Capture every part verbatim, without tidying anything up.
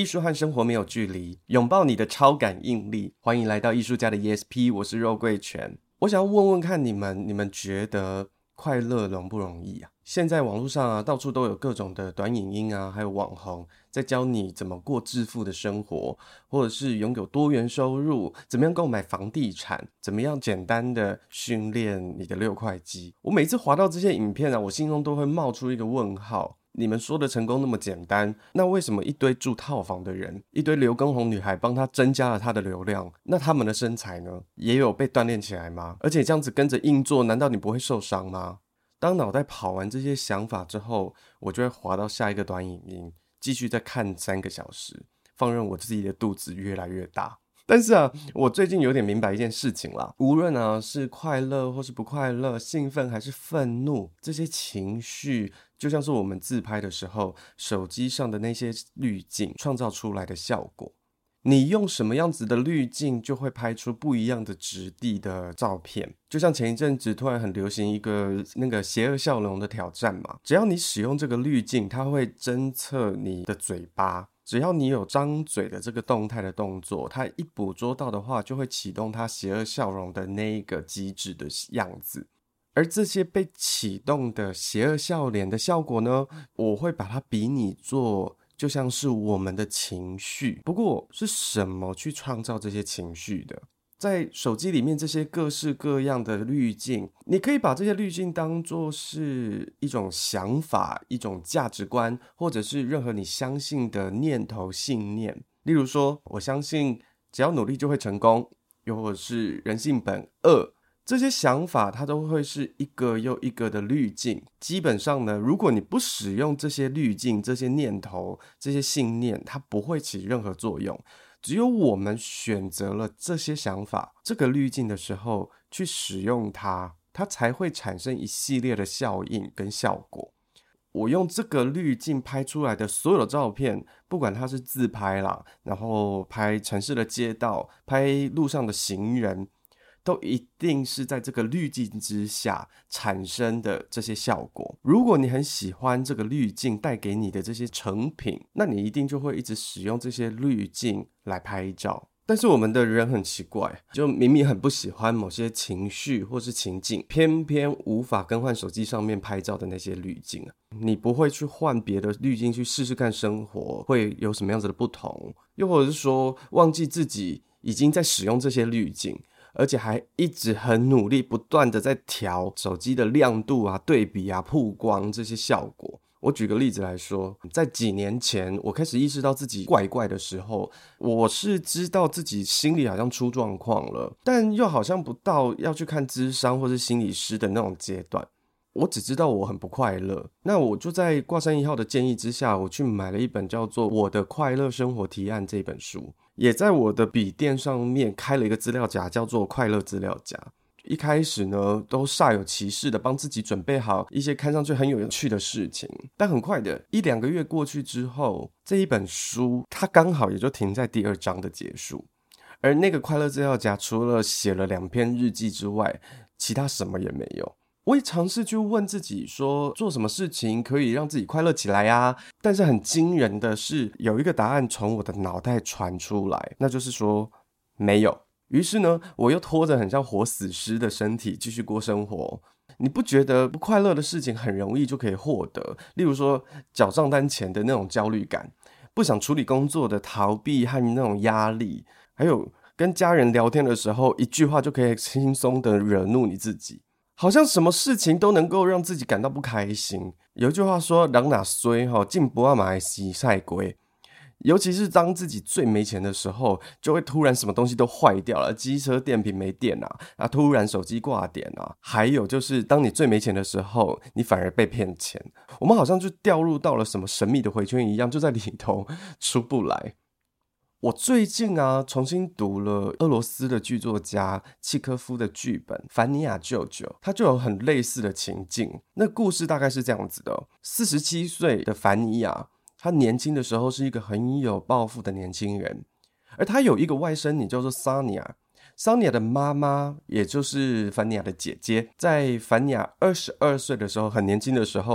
艺术和生活没有距离，拥抱你的超感应力。欢迎来到艺术家的 E S P， 我是肉桂犬。我想要问问看你们，你们觉得快乐容不容易啊？现在网络上啊，到处都有各种的短影音啊，还有网红在教你怎么过致富的生活，或者是拥有多元收入，怎么样购买房地产，怎么样简单的训练你的六块肌。我每次滑到这些影片啊，我心中都会冒出一个问号。你们说的成功那么简单，那为什么一堆住套房的人，一堆刘畊宏女孩帮他增加了他的流量，那他们的身材呢，也有被锻炼起来吗？而且这样子跟着硬做，难道你不会受伤吗？当脑袋跑完这些想法之后，我就会滑到下一个短影音，继续再看三个小时，放任我自己的肚子越来越大。但是啊，我最近有点明白一件事情啦，无论啊是快乐或是不快乐，兴奋还是愤怒，这些情绪就像是我们自拍的时候手机上的那些滤镜创造出来的效果。你用什么样子的滤镜，就会拍出不一样的质地的照片。就像前一阵子突然很流行一个那个邪恶笑容的挑战嘛，只要你使用这个滤镜，它会侦测你的嘴巴，只要你有张嘴的这个动态的动作，它一捕捉到的话，就会启动它邪恶笑容的那一个机制的样子。而这些被启动的邪恶笑脸的效果呢，我会把它比拟做就像是我们的情绪。不过是什么去创造这些情绪的？在手机里面这些各式各样的滤镜，你可以把这些滤镜当作是一种想法，一种价值观，或者是任何你相信的念头信念。例如说，我相信只要努力就会成功，又或者是人性本恶，这些想法它都会是一个又一个的滤镜。基本上呢，如果你不使用这些滤镜，这些念头，这些信念，它不会起任何作用。只有我们选择了这些想法，这个滤镜的时候去使用它，它才会产生一系列的效应跟效果。我用这个滤镜拍出来的所有的照片，不管它是自拍啦，然后拍城市的街道，拍路上的行人，都一定是在这个滤镜之下产生的这些效果。如果你很喜欢这个滤镜带给你的这些成品，那你一定就会一直使用这些滤镜来拍照。但是我们的人很奇怪，就明明很不喜欢某些情绪或是情境，偏偏无法更换手机上面拍照的那些滤镜。你不会去换别的滤镜去试试看生活会有什么样子的不同，又或者是说忘记自己已经在使用这些滤镜，而且还一直很努力不断的在调手机的亮度啊、对比啊、曝光这些效果。我举个例子来说，在几年前我开始意识到自己怪怪的时候，我是知道自己心里好像出状况了，但又好像不到要去看諮商或是心理师的那种阶段。我只知道我很不快乐，那我就在挂山一号的建议之下，我去买了一本叫做《我的快乐生活提案》这本书，也在我的笔电上面开了一个资料夹，叫做快乐资料夹。一开始呢，都煞有其事的帮自己准备好一些看上去很有趣的事情，但很快的一两个月过去之后，这一本书它刚好也就停在第二章的结束。而那个快乐资料夹除了写了两篇日记之外，其他什么也没有。我也尝试去问自己说，做什么事情可以让自己快乐起来啊？但是很惊人的是，有一个答案从我的脑袋传出来，那就是说没有。于是呢，我又拖着很像活死尸的身体继续过生活。你不觉得不快乐的事情很容易就可以获得？例如说缴账单前的那种焦虑感，不想处理工作的逃避和那种压力，还有跟家人聊天的时候，一句话就可以轻松的惹怒你自己。好像什么事情都能够让自己感到不开心。有一句话说，人哪衰进步啊嘛洗晒龟。尤其是当自己最没钱的时候，就会突然什么东西都坏掉了，机车电瓶没电啊，啊突然手机挂点啊，还有就是当你最没钱的时候，你反而被骗钱。我们好像就掉入到了什么神秘的回圈一样，就在里头出不来。我最近啊重新读了俄罗斯的剧作家契科夫的剧本《凡尼亚舅舅》，他就有很类似的情境。那故事大概是这样子的：四十七岁的凡尼亚，他年轻的时候是一个很有抱负的年轻人，而他有一个外甥女叫做桑尼亚。桑尼亚的妈妈，也就是凡尼亚的姐姐，在凡尼亚二十二岁的时候，很年轻的时候，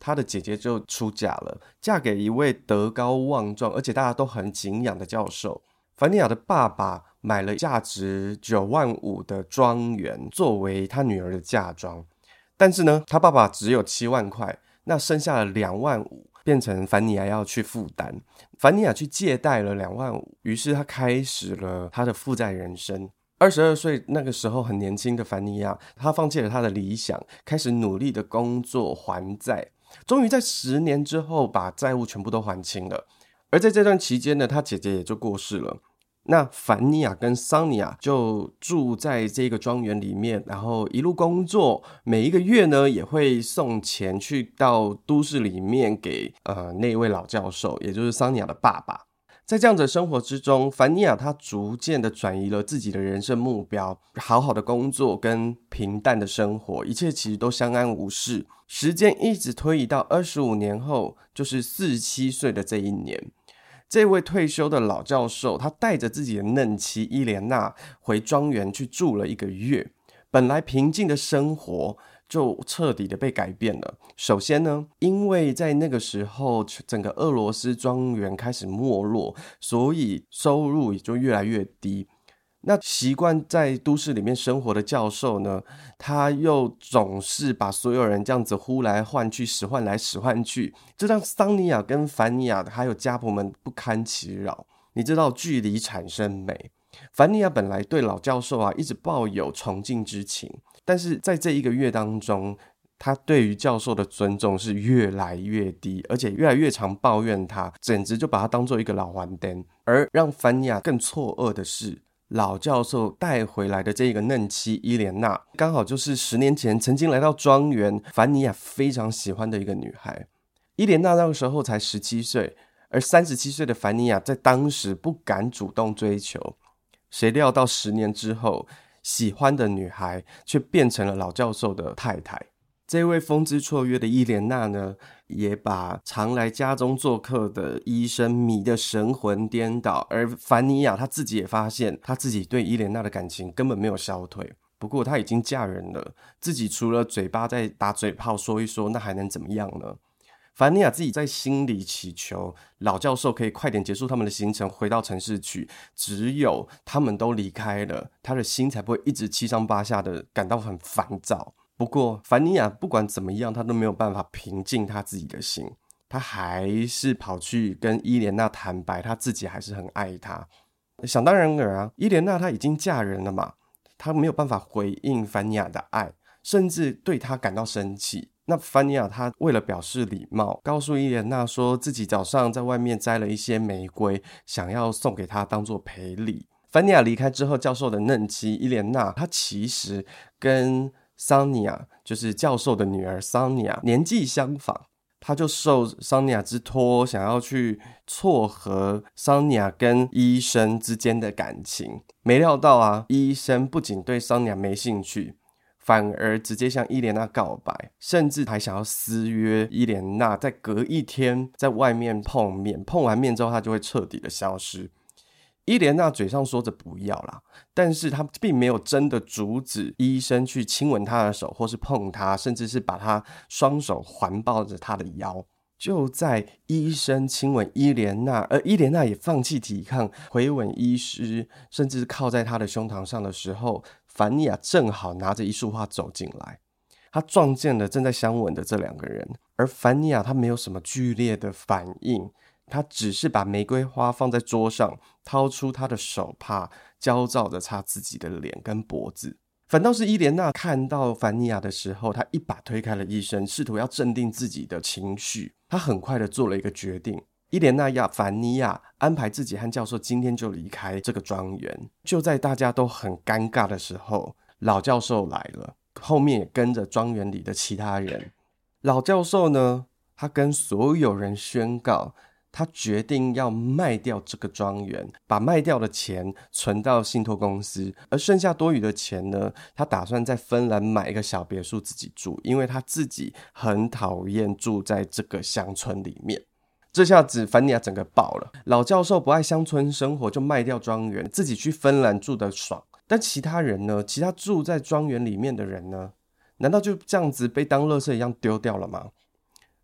她的姐姐就出嫁了，嫁给一位德高望重而且大家都很敬仰的教授。凡妮亚的爸爸买了价值九万五的庄园作为他女儿的嫁妆，但是呢，他爸爸只有七万块，那剩下的两万五变成凡妮亚要去负担。凡妮亚去借贷了两万五，于是他开始了他的负债人生。二十二岁那个时候很年轻的凡妮亚，他放弃了他的理想，开始努力的工作还债，终于在十年之后把债务全部都还清了。而在这段期间呢，他姐姐也就过世了。那凡妮亚跟桑尼亚就住在这个庄园里面，然后一路工作，每一个月呢也会送钱去到都市里面给呃那位老教授，也就是桑尼亚的爸爸。在这样子的生活之中，凡妮亚她逐渐的转移了自己的人生目标，好好的工作跟平淡的生活，一切其实都相安无事。时间一直推移到二十五年后，就是四十七岁的这一年，这位退休的老教授，他带着自己的嫩妻伊莲娜回庄园去住了一个月。本来平静的生活就彻底的被改变了。首先呢，因为在那个时候整个俄罗斯庄园开始没落，所以收入也就越来越低。那习惯在都市里面生活的教授呢，他又总是把所有人这样子呼来唤去，使唤来使唤去，这让桑尼亚跟凡妮亚还有家仆们不堪其扰。你知道距离产生美，凡妮亚本来对老教授啊一直抱有崇敬之情，但是在这一个月当中，他对于教授的尊重是越来越低，而且越来越常抱怨他，简直就把他当做一个老顽蛋。而让凡妮亚更错愕的是，老教授带回来的这个嫩妻伊莲娜，刚好就是十年前曾经来到庄园凡妮亚非常喜欢的一个女孩。伊莲娜那个时候才十七岁，而三十七岁的凡妮亚在当时不敢主动追求，谁料到十年之后，喜欢的女孩却变成了老教授的太太。这位风姿绰约的伊莲娜呢，也把常来家中做客的医生迷得神魂颠倒，而凡妮亚她自己也发现，她自己对伊莲娜的感情根本没有消退。不过她已经嫁人了，自己除了嘴巴在打嘴炮说一说，那还能怎么样呢？凡妮亚自己在心里祈求老教授可以快点结束他们的行程，回到城市去，只有他们都离开了，她的心才不会一直七上八下的感到很烦躁。不过凡妮亚不管怎么样，她都没有办法平静她自己的心，她还是跑去跟伊莲娜坦白，她自己还是很爱她。想当然尔啊，伊莲娜她已经嫁人了嘛，她没有办法回应凡妮亚的爱，甚至对她感到生气。那凡妮亚她为了表示礼貌，告诉伊莲娜说自己早上在外面摘了一些玫瑰，想要送给她当作赔礼。凡妮亚离开之后，教授的嫩妻伊莲娜她其实跟桑尼亚，就是教授的女儿桑尼亚年纪相仿，他就受桑尼亚之托，想要去撮合桑尼亚跟医生之间的感情。没料到啊，医生不仅对桑尼亚没兴趣，反而直接向伊莲娜告白，甚至还想要私约伊莲娜在隔一天在外面碰面，碰完面之后他就会彻底的消失。伊莲娜嘴上说着不要啦，但是她并没有真的阻止医生去亲吻她的手，或是碰她，甚至是把她双手环抱着她的腰。就在医生亲吻伊莲娜，而伊莲娜也放弃抵抗，回吻医师，甚至靠在她的胸膛上的时候，凡妮亚正好拿着一束花走进来，她撞见了正在相吻的这两个人，而凡妮亚她没有什么剧烈的反应，他只是把玫瑰花放在桌上，掏出他的手帕，焦躁地擦自己的脸跟脖子。反倒是伊莲娜看到凡妮亚的时候，她一把推开了医生，试图要镇定自己的情绪。她很快地做了一个决定，伊莲娜要凡妮亚安排自己和教授今天就离开这个庄园。就在大家都很尴尬的时候，老教授来了，后面也跟着庄园里的其他人。老教授呢，他跟所有人宣告，他决定要卖掉这个庄园，把卖掉的钱存到信托公司，而剩下多余的钱呢，他打算在芬兰买一个小别墅自己住，因为他自己很讨厌住在这个乡村里面。这下子凡妮亚整个爆了，老教授不爱乡村生活，就卖掉庄园，自己去芬兰住得爽。但其他人呢？其他住在庄园里面的人呢？难道就这样子被当垃圾一样丢掉了吗？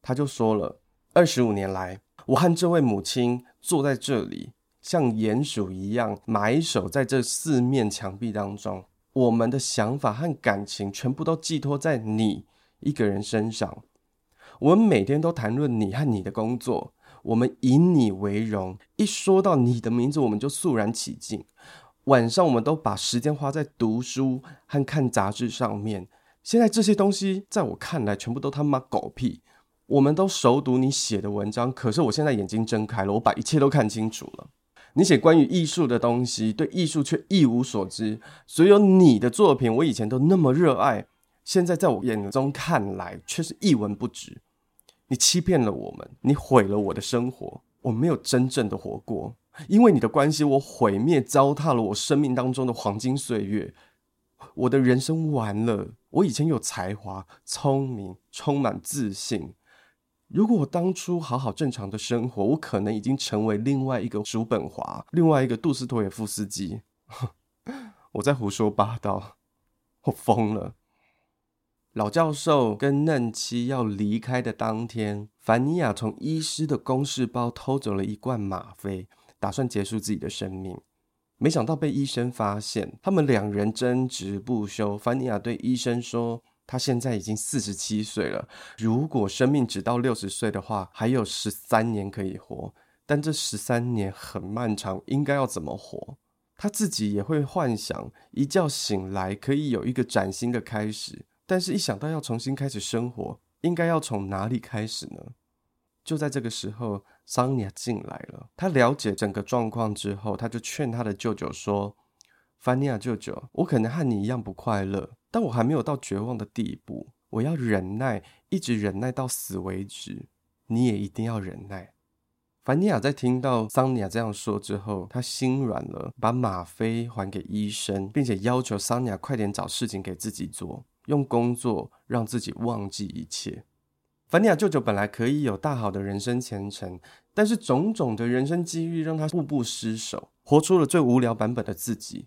他就说了，二十五年来，我和这位母亲坐在这里，像鼹鼠一样埋首在这四面墙壁当中，我们的想法和感情全部都寄托在你一个人身上。我们每天都谈论你和你的工作，我们以你为荣，一说到你的名字我们就肃然起敬。晚上我们都把时间花在读书和看杂志上面，现在这些东西在我看来全部都他妈狗屁。我们都熟读你写的文章，可是我现在眼睛睁开了，我把一切都看清楚了。你写关于艺术的东西，对艺术却一无所知。所有你的作品我以前都那么热爱，现在在我眼中看来却是一文不值。你欺骗了我们，你毁了我的生活，我没有真正的活过。因为你的关系，我毁灭糟蹋了我生命当中的黄金岁月，我的人生完了。我以前有才华、聪明、充满自信，如果我当初好好正常的生活，我可能已经成为另外一个叔本华，另外一个杜斯妥也夫斯基。我在胡说八道，我疯了。老教授跟嫩妻要离开的当天，凡尼亚从医师的公事包偷走了一罐吗啡，打算结束自己的生命。没想到被医生发现，他们两人争执不休。凡尼亚对医生说，他现在已经四十七岁了，如果生命只到六十岁的话，还有十三年可以活，但这十三年很漫长，应该要怎么活？他自己也会幻想一觉醒来可以有一个崭新的开始，但是一想到要重新开始生活，应该要从哪里开始呢？就在这个时候，桑尼亚进来了。他了解整个状况之后，他就劝他的舅舅说，凡尼亚舅舅，我可能和你一样不快乐，但我还没有到绝望的地步，我要忍耐，一直忍耐到死为止，你也一定要忍耐。凡尼亚在听到桑尼亚这样说之后，他心软了，把吗啡还给医生，并且要求桑尼亚快点找事情给自己做，用工作让自己忘记一切。凡尼亚舅舅本来可以有大好的人生前程，但是种种的人生机遇让他步步失手，活出了最无聊版本的自己。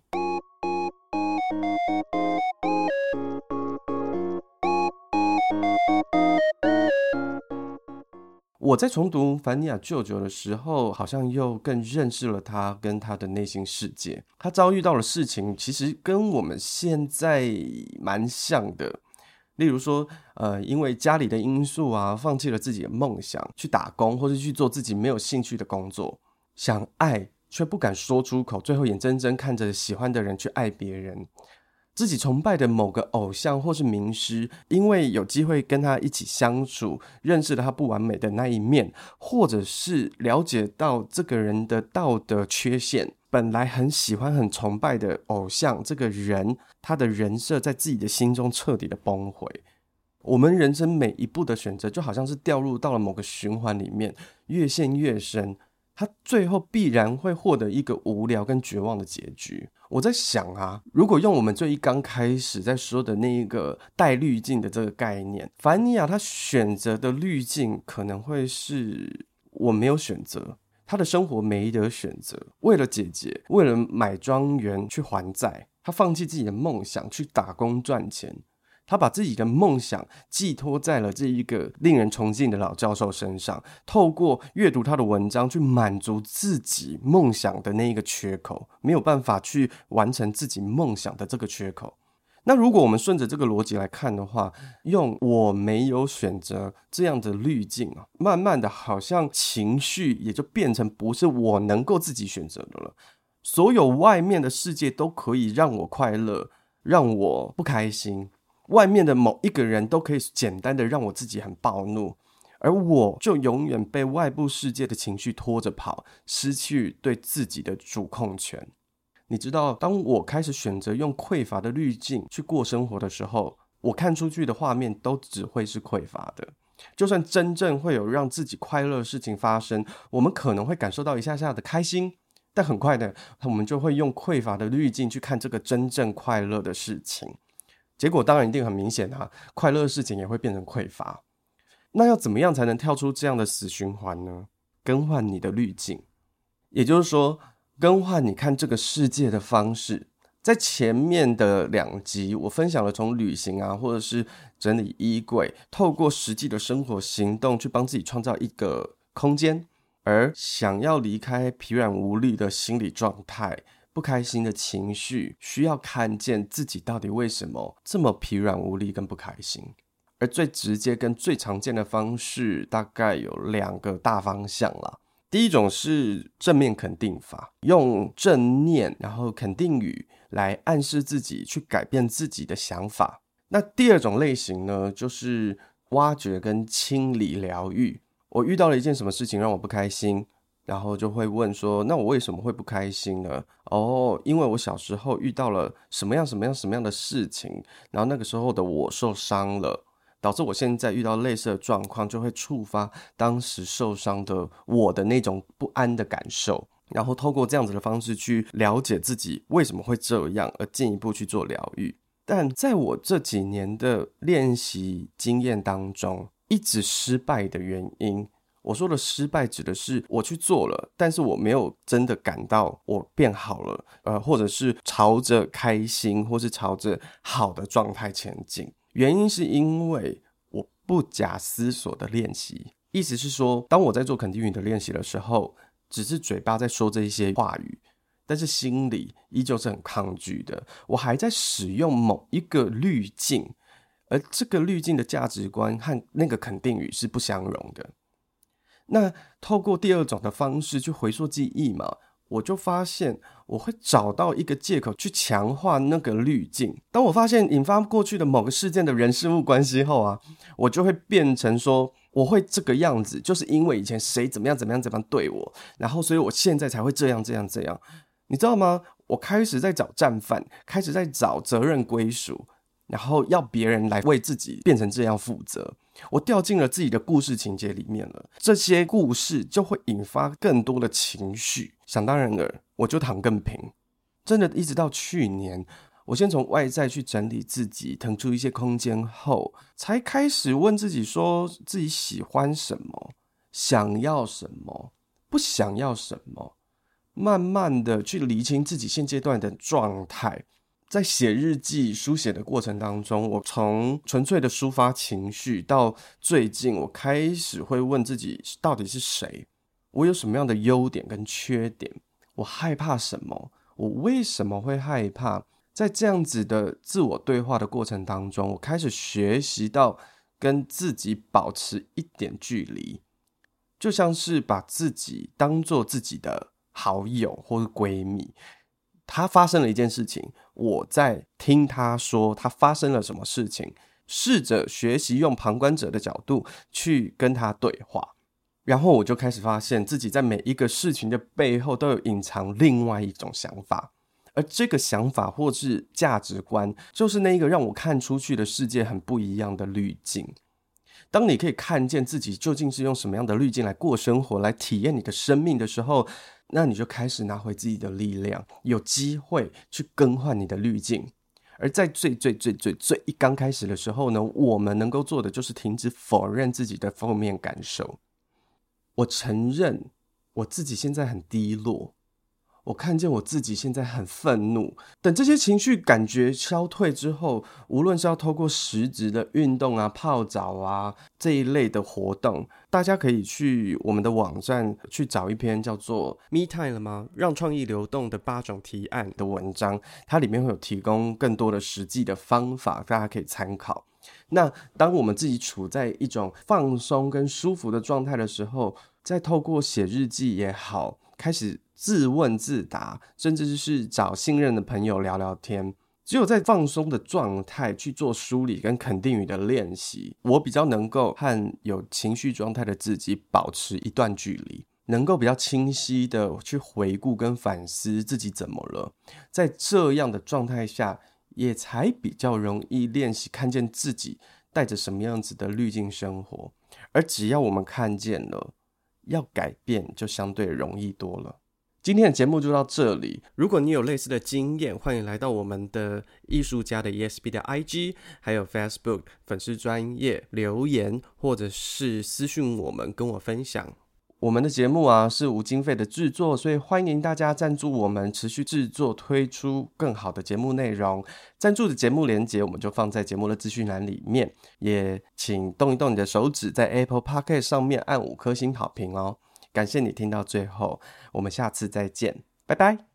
我在重读凡尼亚舅舅的时候，好像又更认识了他跟他的内心世界。他遭遇到的事情其实跟我们现在蛮像的，例如说呃，因为家里的因素啊，放弃了自己的梦想，去打工或是去做自己没有兴趣的工作，想爱却不敢说出口，最后眼睁睁看着喜欢的人去爱别人。自己崇拜的某个偶像或是名师，因为有机会跟他一起相处，认识了他不完美的那一面，或者是了解到这个人的道德缺陷，本来很喜欢很崇拜的偶像这个人，他的人设在自己的心中彻底的崩毁。我们人生每一步的选择就好像是掉入到了某个循环里面，越陷越深，他最后必然会获得一个无聊跟绝望的结局。我在想啊，如果用我们最一刚开始在说的那一个带滤镜的这个概念，凡尼亚他选择的滤镜可能会是我没有选择，他的生活没得选择，为了姐姐，为了买庄园去还债，他放弃自己的梦想去打工赚钱，他把自己的梦想寄托在了这一个令人崇敬的老教授身上，透过阅读他的文章去满足自己梦想的那一个缺口，没有办法去完成自己梦想的这个缺口。那如果我们顺着这个逻辑来看的话，用我没有选择这样的滤镜啊，慢慢的好像情绪也就变成不是我能够自己选择的了。所有外面的世界都可以让我快乐，让我不开心，外面的某一个人都可以简单的让我自己很暴怒，而我就永远被外部世界的情绪拖着跑，失去对自己的主控权。你知道，当我开始选择用匮乏的滤镜去过生活的时候，我看出去的画面都只会是匮乏的。就算真正会有让自己快乐的事情发生，我们可能会感受到一下下的开心，但很快的我们就会用匮乏的滤镜去看这个真正快乐的事情，结果当然一定很明显啊，快乐的事情也会变成匮乏。那要怎么样才能跳出这样的死循环呢？更换你的滤镜，也就是说更换你看这个世界的方式。 在前面的两集我分享了从旅行啊或者是整理衣柜，透过实际的生活行动去帮自己创造一个空间，而想要离开疲软无力的心理状态，不开心的情绪，需要看见自己到底为什么这么疲软无力跟不开心。而最直接跟最常见的方式大概有两个大方向啦。第一种是正面肯定法，用正念然后肯定语来暗示自己去改变自己的想法。那第二种类型呢，就是挖掘跟清理疗愈。我遇到了一件什么事情让我不开心，然后就会问说，那我为什么会不开心呢？哦，因为我小时候遇到了什么样什么样什么样的事情，然后那个时候的我受伤了，导致我现在遇到类似的状况，就会触发当时受伤的我的那种不安的感受，然后透过这样子的方式去了解自己为什么会这样，而进一步去做疗愈。但在我这几年的练习经验当中，一直失败的原因，我说的失败指的是我去做了，但是我没有真的感到我变好了，呃，或者是朝着开心或是朝着好的状态前进。原因是因为我不假思索的练习，意思是说，当我在做肯定语的练习的时候，只是嘴巴在说这一些话语，但是心里依旧是很抗拒的，我还在使用某一个滤镜，而这个滤镜的价值观和那个肯定语是不相容的。那透过第二种的方式去回溯记忆嘛，我就发现我会找到一个借口去强化那个滤镜。当我发现引发过去的某个事件的人事物关系后啊，我就会变成说，我会这个样子就是因为以前谁怎么样怎么样怎么样对我，然后所以我现在才会这样这样这样。你知道吗？我开始在找战犯，开始在找责任归属，然后要别人来为自己变成这样负责。我掉进了自己的故事情节里面了，这些故事就会引发更多的情绪，想当然尔，我就躺更平。真的一直到去年，我先从外在去整理自己，腾出一些空间后，才开始问自己说，自己喜欢什么，想要什么，不想要什么，慢慢的去厘清自己现阶段的状态。在写日记书写的过程当中，我从纯粹的抒发情绪到最近我开始会问自己到底是谁，我有什么样的优点跟缺点，我害怕什么，我为什么会害怕。在这样子的自我对话的过程当中，我开始学习到跟自己保持一点距离，就像是把自己当作自己的好友或是闺蜜。他发生了一件事情，我在听他说他发生了什么事情，试着学习用旁观者的角度去跟他对话，然后我就开始发现自己在每一个事情的背后都有隐藏另外一种想法，而这个想法或是价值观，就是那一个让我看出去的世界很不一样的滤镜。当你可以看见自己究竟是用什么样的滤镜来过生活，来体验你的生命的时候，那你就开始拿回自己的力量，有机会去更换你的滤镜。而在最最最最最一刚开始的时候呢，我们能够做的就是停止否认自己的负面感受。我承认我自己现在很低落，我看见我自己现在很愤怒，等这些情绪感觉消退之后，无论是要透过实质的运动啊、泡澡啊这一类的活动，大家可以去我们的网站去找一篇叫做 Me Time 了吗？让创意流动的八种提案的文章，它里面会有提供更多的实际的方法，大家可以参考。那当我们自己处在一种放松跟舒服的状态的时候，再透过写日记也好，开始自问自答，甚至是找信任的朋友聊聊天。只有在放松的状态去做梳理跟肯定语的练习，我比较能够和有情绪状态的自己保持一段距离，能够比较清晰的去回顾跟反思自己怎么了。在这样的状态下，也才比较容易练习看见自己带着什么样子的滤镜生活。而只要我们看见了，要改变就相对容易多了。今天的节目就到这里，如果你有类似的经验，欢迎来到我们的艺术家的 E S P 的 I G 还有 Facebook 粉丝专页留言，或者是私讯我们跟我分享。 我们的节目啊是无经费的制作，所以欢迎大家赞助我们，持续制作推出更好的节目内容。赞助的节目连结我们就放在节目的资讯栏里面，也请动一动你的手指，在 Apple Podcast 上面按五颗星好评哦。感谢你听到最后，我们下次再见，拜拜。